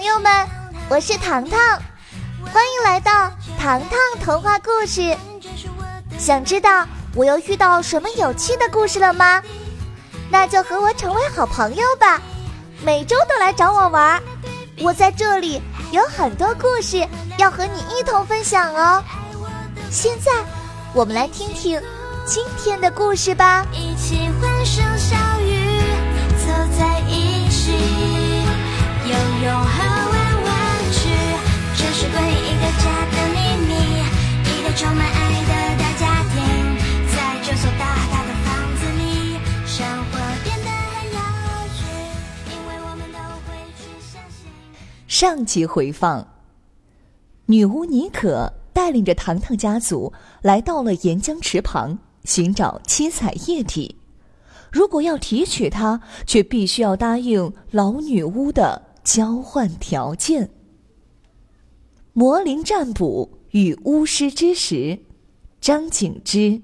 友们，我是糖糖，欢迎来到糖糖童话故事。想知道我又遇到什么有趣的故事了吗？那就和我成为好朋友吧，每周都来找我玩。我在这里有很多故事要和你一同分享哦。现在我们来听听今天的故事吧。 一起欢声笑语，走在一起，游泳和玩玩具，这是关于一个家的秘密，一个充满爱的大家庭，在这所大大的房子里，生活变得很有趣，因为我们都会去相信。 上集回放，女巫妮可带领着糖糖家族来到了岩浆池旁，寻找七彩液体。如果要提取它，却必须要答应老女巫的交换条件。魔灵占卜与巫师之时，张景之。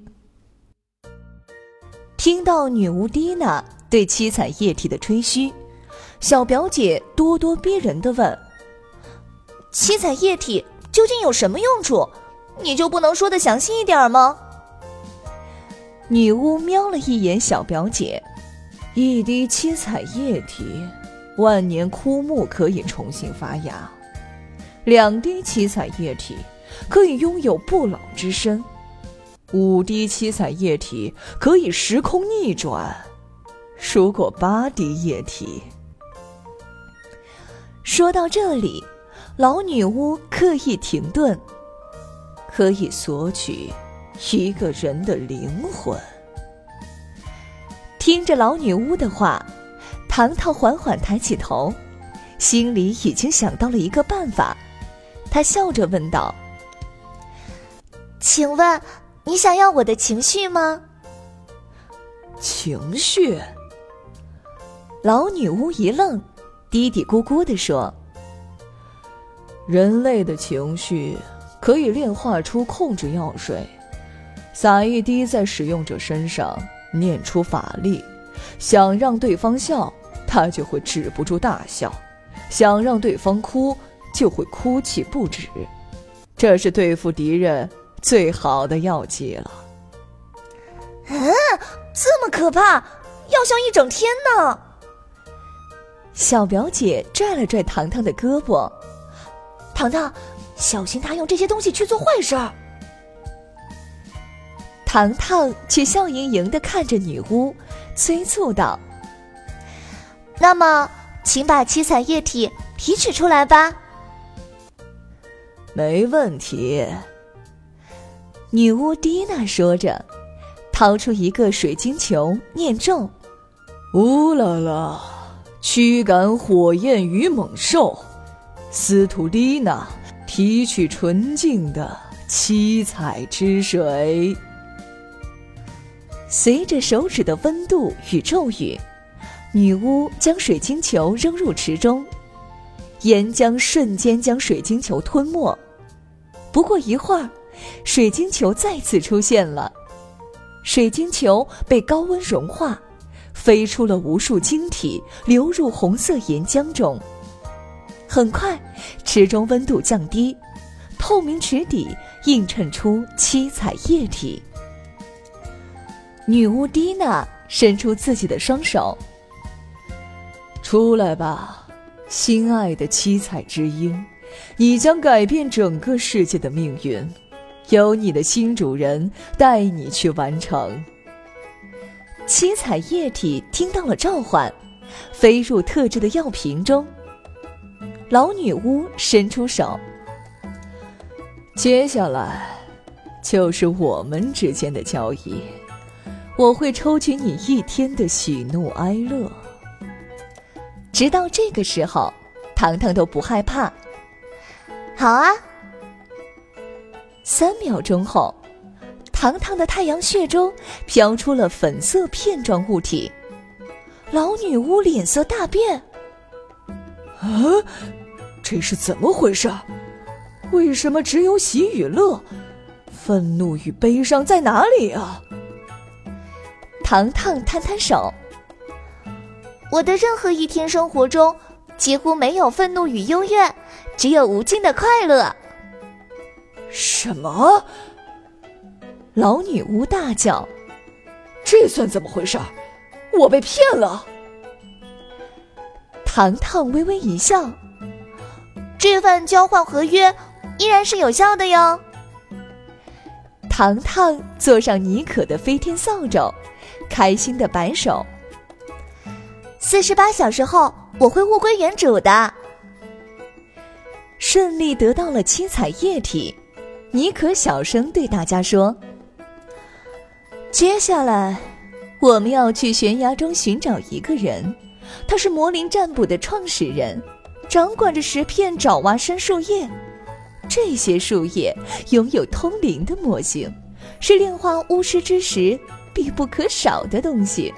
听到女巫蒂娜对七彩液体的吹嘘，小表姐咄咄逼人地问：七彩液体究竟有什么用处？你就不能说得详细一点吗？女巫瞄了一眼小表姐，一滴七彩液体，万年枯木可以重新发芽；2滴七彩液体，可以拥有不老之身；5滴七彩液体，可以时空逆转；如果8滴液体……说到这里，老女巫刻意停顿，可以索取一个人的灵魂。听着老女巫的话，糖糖缓缓抬起头，心里已经想到了一个办法。她笑着问道： 请问你想要我的情绪吗？ 情绪？老女巫一愣，嘀嘀咕咕地说：人类的情绪可以炼化出控制药水，撒一滴在使用者身上，念出法力，想让对方笑，他就会止不住大笑；想让对方哭，就会哭泣不止。这是对付敌人最好的药剂了。 这么可怕，要笑一整天呢。 小表姐拽了拽糖糖的胳膊：糖糖，小心他用这些东西去做坏事儿。糖糖却笑盈盈地看着女巫，催促道： 那么请把七彩液体提取出来吧。 没问题。女巫蒂娜说着，掏出一个水晶球，念咒：乌啦啦，驱赶火焰与猛兽，斯图丽娜提取纯净的七彩之水。随着手指的温度与咒语，女巫将水晶球扔入池中，岩浆瞬间将水晶球吞没。不过一会儿，水晶球再次出现了，水晶球被高温融化，飞出了无数晶体，流入红色岩浆中。很快，池中温度降低，透明池底映衬出七彩液体。女巫蒂娜伸出自己的双手：出来吧，心爱的七彩之鹰，你将改变整个世界的命运，由你的新主人带你去完成。七彩液体听到了召唤，飞入特制的药瓶中。老女巫伸出手：接下来就是我们之间的交易，我会抽取你1天的喜怒哀乐。直到这个时候，糖糖都不害怕。 好啊。 3秒钟后，糖糖的太阳穴中飘出了粉色片状物体。老女巫脸色大变：这是怎么回事？为什么只有喜与乐？愤怒与悲伤在哪里啊？糖糖摊摊手： 我的任何一天生活中几乎没有愤怒与幽怨，只有无尽的快乐。 什么？老女巫大叫，这算怎么回事？我被骗了。糖糖微微一笑， 这份交换合约依然是有效的哟。 糖糖坐上妮可的飞天扫帚，开心地摆手。 48小时后我会物归原主的。 顺利得到了七彩液体，妮可小声对大家说，接下来我们要去悬崖中寻找一个人，他是魔灵占卜的创始人，掌管着10片爪哇山树叶。这些树叶拥有通灵的魔性，是炼化巫师之时必不可少的东西。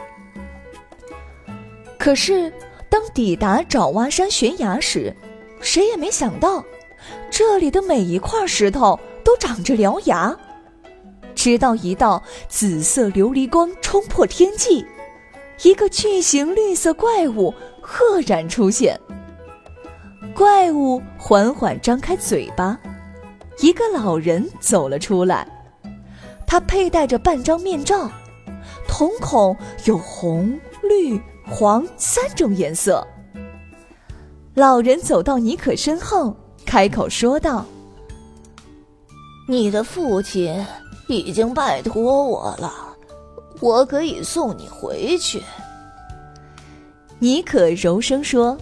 可是当抵达爪哇山悬崖时，谁也没想到这里的每一块石头都长着獠牙，直到一道紫色琉璃光冲破天际，一个巨型绿色怪物赫然出现。怪物缓缓张开嘴巴，一个老人走了出来，他佩戴着半张面罩，瞳孔有红、绿、黄3种颜色。老人走到妮可身后，开口说道， 你的父亲已经拜托我了，我可以送你回去。 妮可柔声说，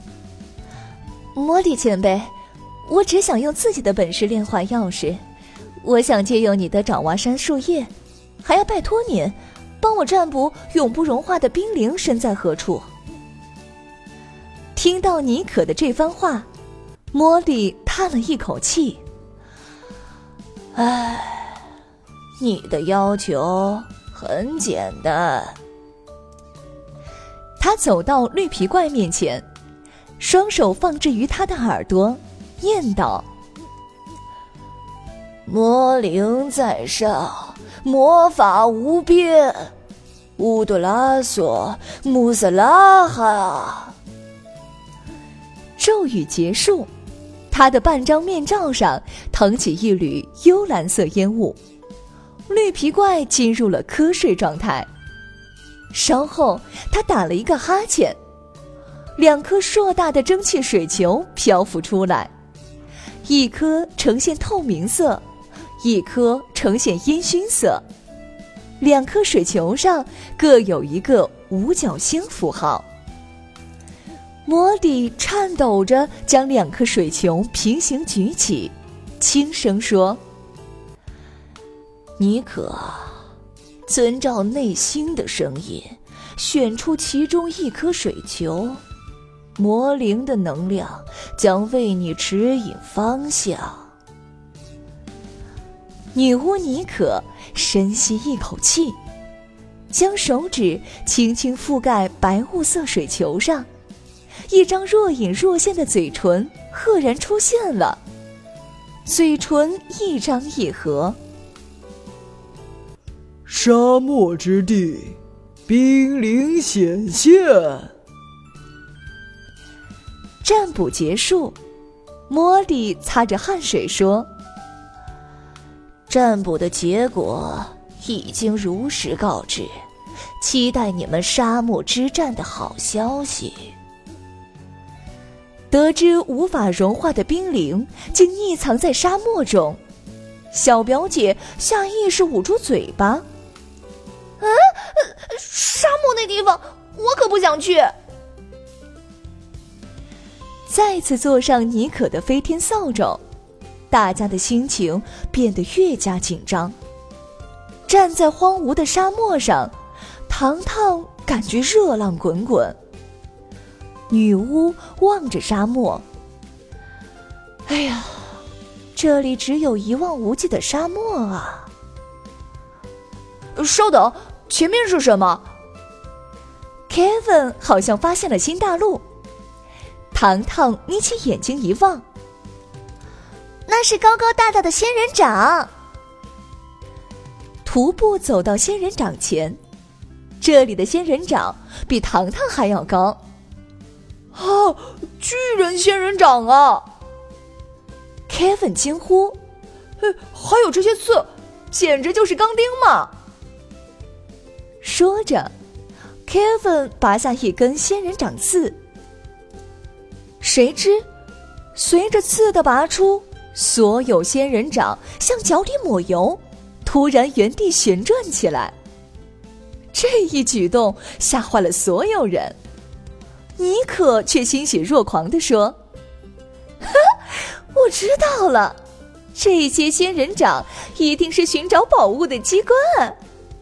魔力前辈，我只想用自己的本事炼化钥匙，我想借用你的爪哇山树叶，还要拜托您帮我占卜永不融化的冰凌身在何处。听到妮可的这番话，魔力叹了一口气， 唉，你的要求很简单。 他走到绿皮怪面前，双手放置于他的耳朵，念道， 魔灵在上，魔法无边，乌杜拉索穆斯拉哈。 咒语结束，他的半张面罩上腾起一缕幽蓝色烟雾，绿皮怪进入了瞌睡状态。稍后他打了一个哈欠，2颗硕大的蒸汽水球漂浮出来，一颗呈现透明色，一颗呈现烟熏色，2颗水球上各有一个五角星符号。魔力颤抖着将2颗水球平行举起，轻声说， 妮可，遵照内心的声音，选出其中1颗水球，魔灵的能量将为你指引方向。 女巫妮可深吸一口气，将手指轻轻覆盖白雾色水球上，一张若隐若现的嘴唇赫然出现了，嘴唇一张一合。 沙漠之地，冰凌显现。 占卜结束，魔力擦着汗水说， 占卜的结果已经如实告知，期待你们沙漠之战的好消息。 得知无法融化的冰凌竟匿藏在沙漠中，小表姐下意识捂住嘴巴。 沙漠那地方我可不想去。 再次坐上妮可的飞天扫帚，大家的心情变得越加紧张。站在荒芜的沙漠上，糖糖感觉热浪滚滚。女巫望着沙漠，哎呀，这里只有一望无际的沙漠啊。 稍等，前面是什么？ Kevin 好像发现了新大陆。糖糖眯起眼睛一望， 那是高高大大的仙人掌。 徒步走到仙人掌前，这里的仙人掌比糖糖还要高。 啊，巨人仙人掌啊 Kevin 惊呼， 还有这些刺，简直就是钢钉嘛。 说着 Kevin 拔下一根仙人掌刺，谁知随着刺的拔出，所有仙人掌像脚底抹油，突然原地旋转起来。这一举动吓坏了所有人，妮可却欣喜若狂地说，我知道了，这些仙人掌一定是寻找宝物的机关。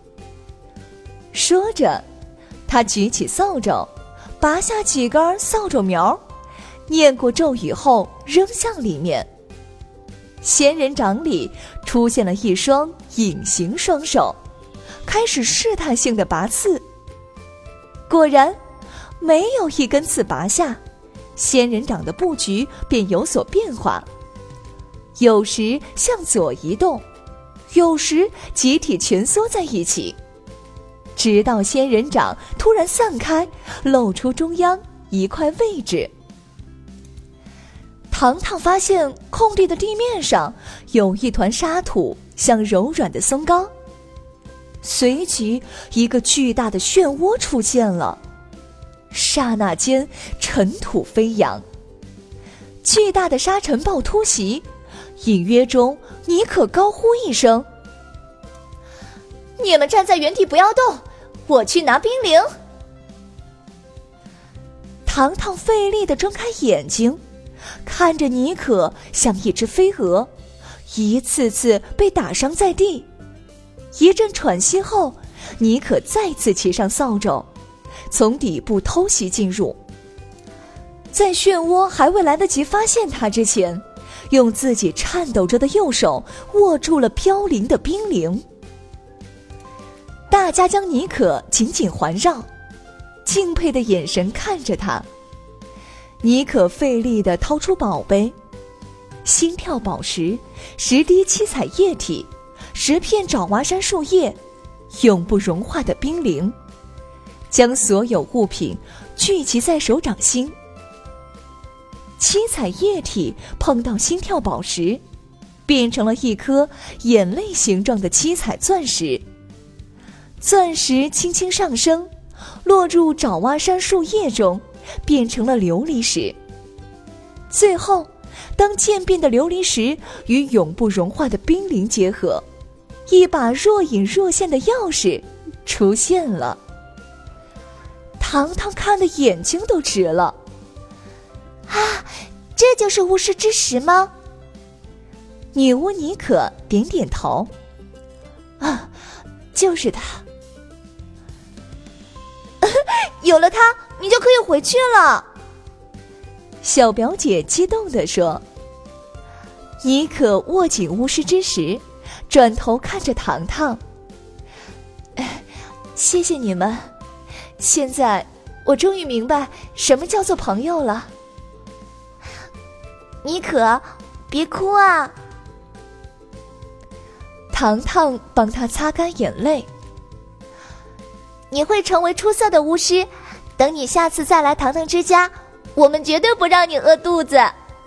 说着，他举起扫帚，拔下几根扫帚苗，念过咒语后扔向里面。仙人掌里出现了一双隐形双手，开始试探性的拔刺。果然，没有一根刺拔下，仙人掌的布局便有所变化，有时向左移动，有时集体蜷缩在一起，直到仙人掌突然散开，露出中央一块位置。糖糖发现空地的地面上有一团沙土，像柔软的松糕。随即一个巨大的漩涡出现了，刹那间尘土飞扬，巨大的沙尘暴突袭，隐约中妮可高呼一声， 你们站在原地不要动，我去拿冰凌。 糖糖费力地睁开眼睛，看着妮可像一只飞蛾，一次次被打伤在地。一阵喘息后，妮可再次骑上扫帚，从底部偷袭进入。在漩涡还未来得及发现它之前，用自己颤抖着的右手握住了飘零的冰凌。大家将妮可紧紧环绕，敬佩的眼神看着她。妮可费力地掏出宝贝，心跳宝石、10滴七彩液体、10片爪哇山树叶、永不融化的冰凌，将所有物品聚集在手掌心。七彩液体碰到心跳宝石，变成了一颗眼泪形状的七彩钻石。钻石轻轻上升，落入爪哇山树叶中，变成了琉璃石。最后，当渐变的琉璃石与永不融化的冰凌结合，一把若隐若现的钥匙出现了。糖糖看得眼睛都直了。 啊，这就是巫师之石吗？ 女巫妮可点点头。啊，就是它。 有了它，你就可以回去了。 小表姐激动地说。妮可握紧巫师之石，转头看着糖糖。谢谢你们，现在我终于明白什么叫做朋友了。 妮可，别哭啊。 糖糖帮她擦干眼泪。 你会成为出色的巫师，等你下次再来糖糖之家，我们绝对不让你饿肚子。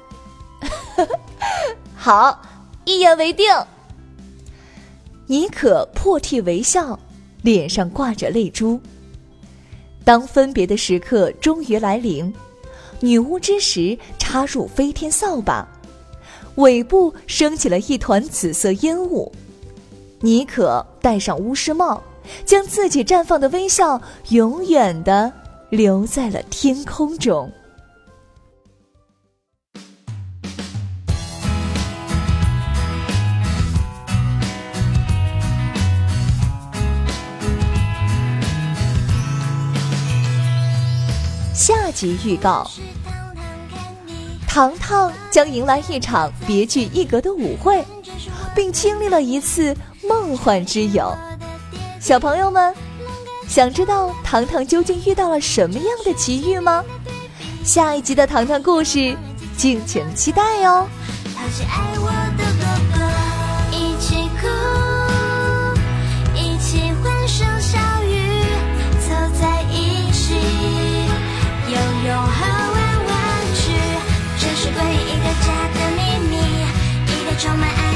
好，一言为定。妮可破涕为笑，脸上挂着泪珠。当分别的时刻终于来临，女巫之石插入飞天扫把，尾部升起了一团紫色烟雾。妮可戴上巫师帽，将自己绽放的微笑永远地留在了天空中。下集预告：糖糖将迎来一场别具一格的舞会，并经历了一次梦幻之游。小朋友们，想知道糖糖究竟遇到了什么样的奇遇吗？下一集的糖糖故事，敬请期待哟。 他是爱我的哥哥，一起哭，一起欢声笑语，凑在一起，有永恒。 充满爱。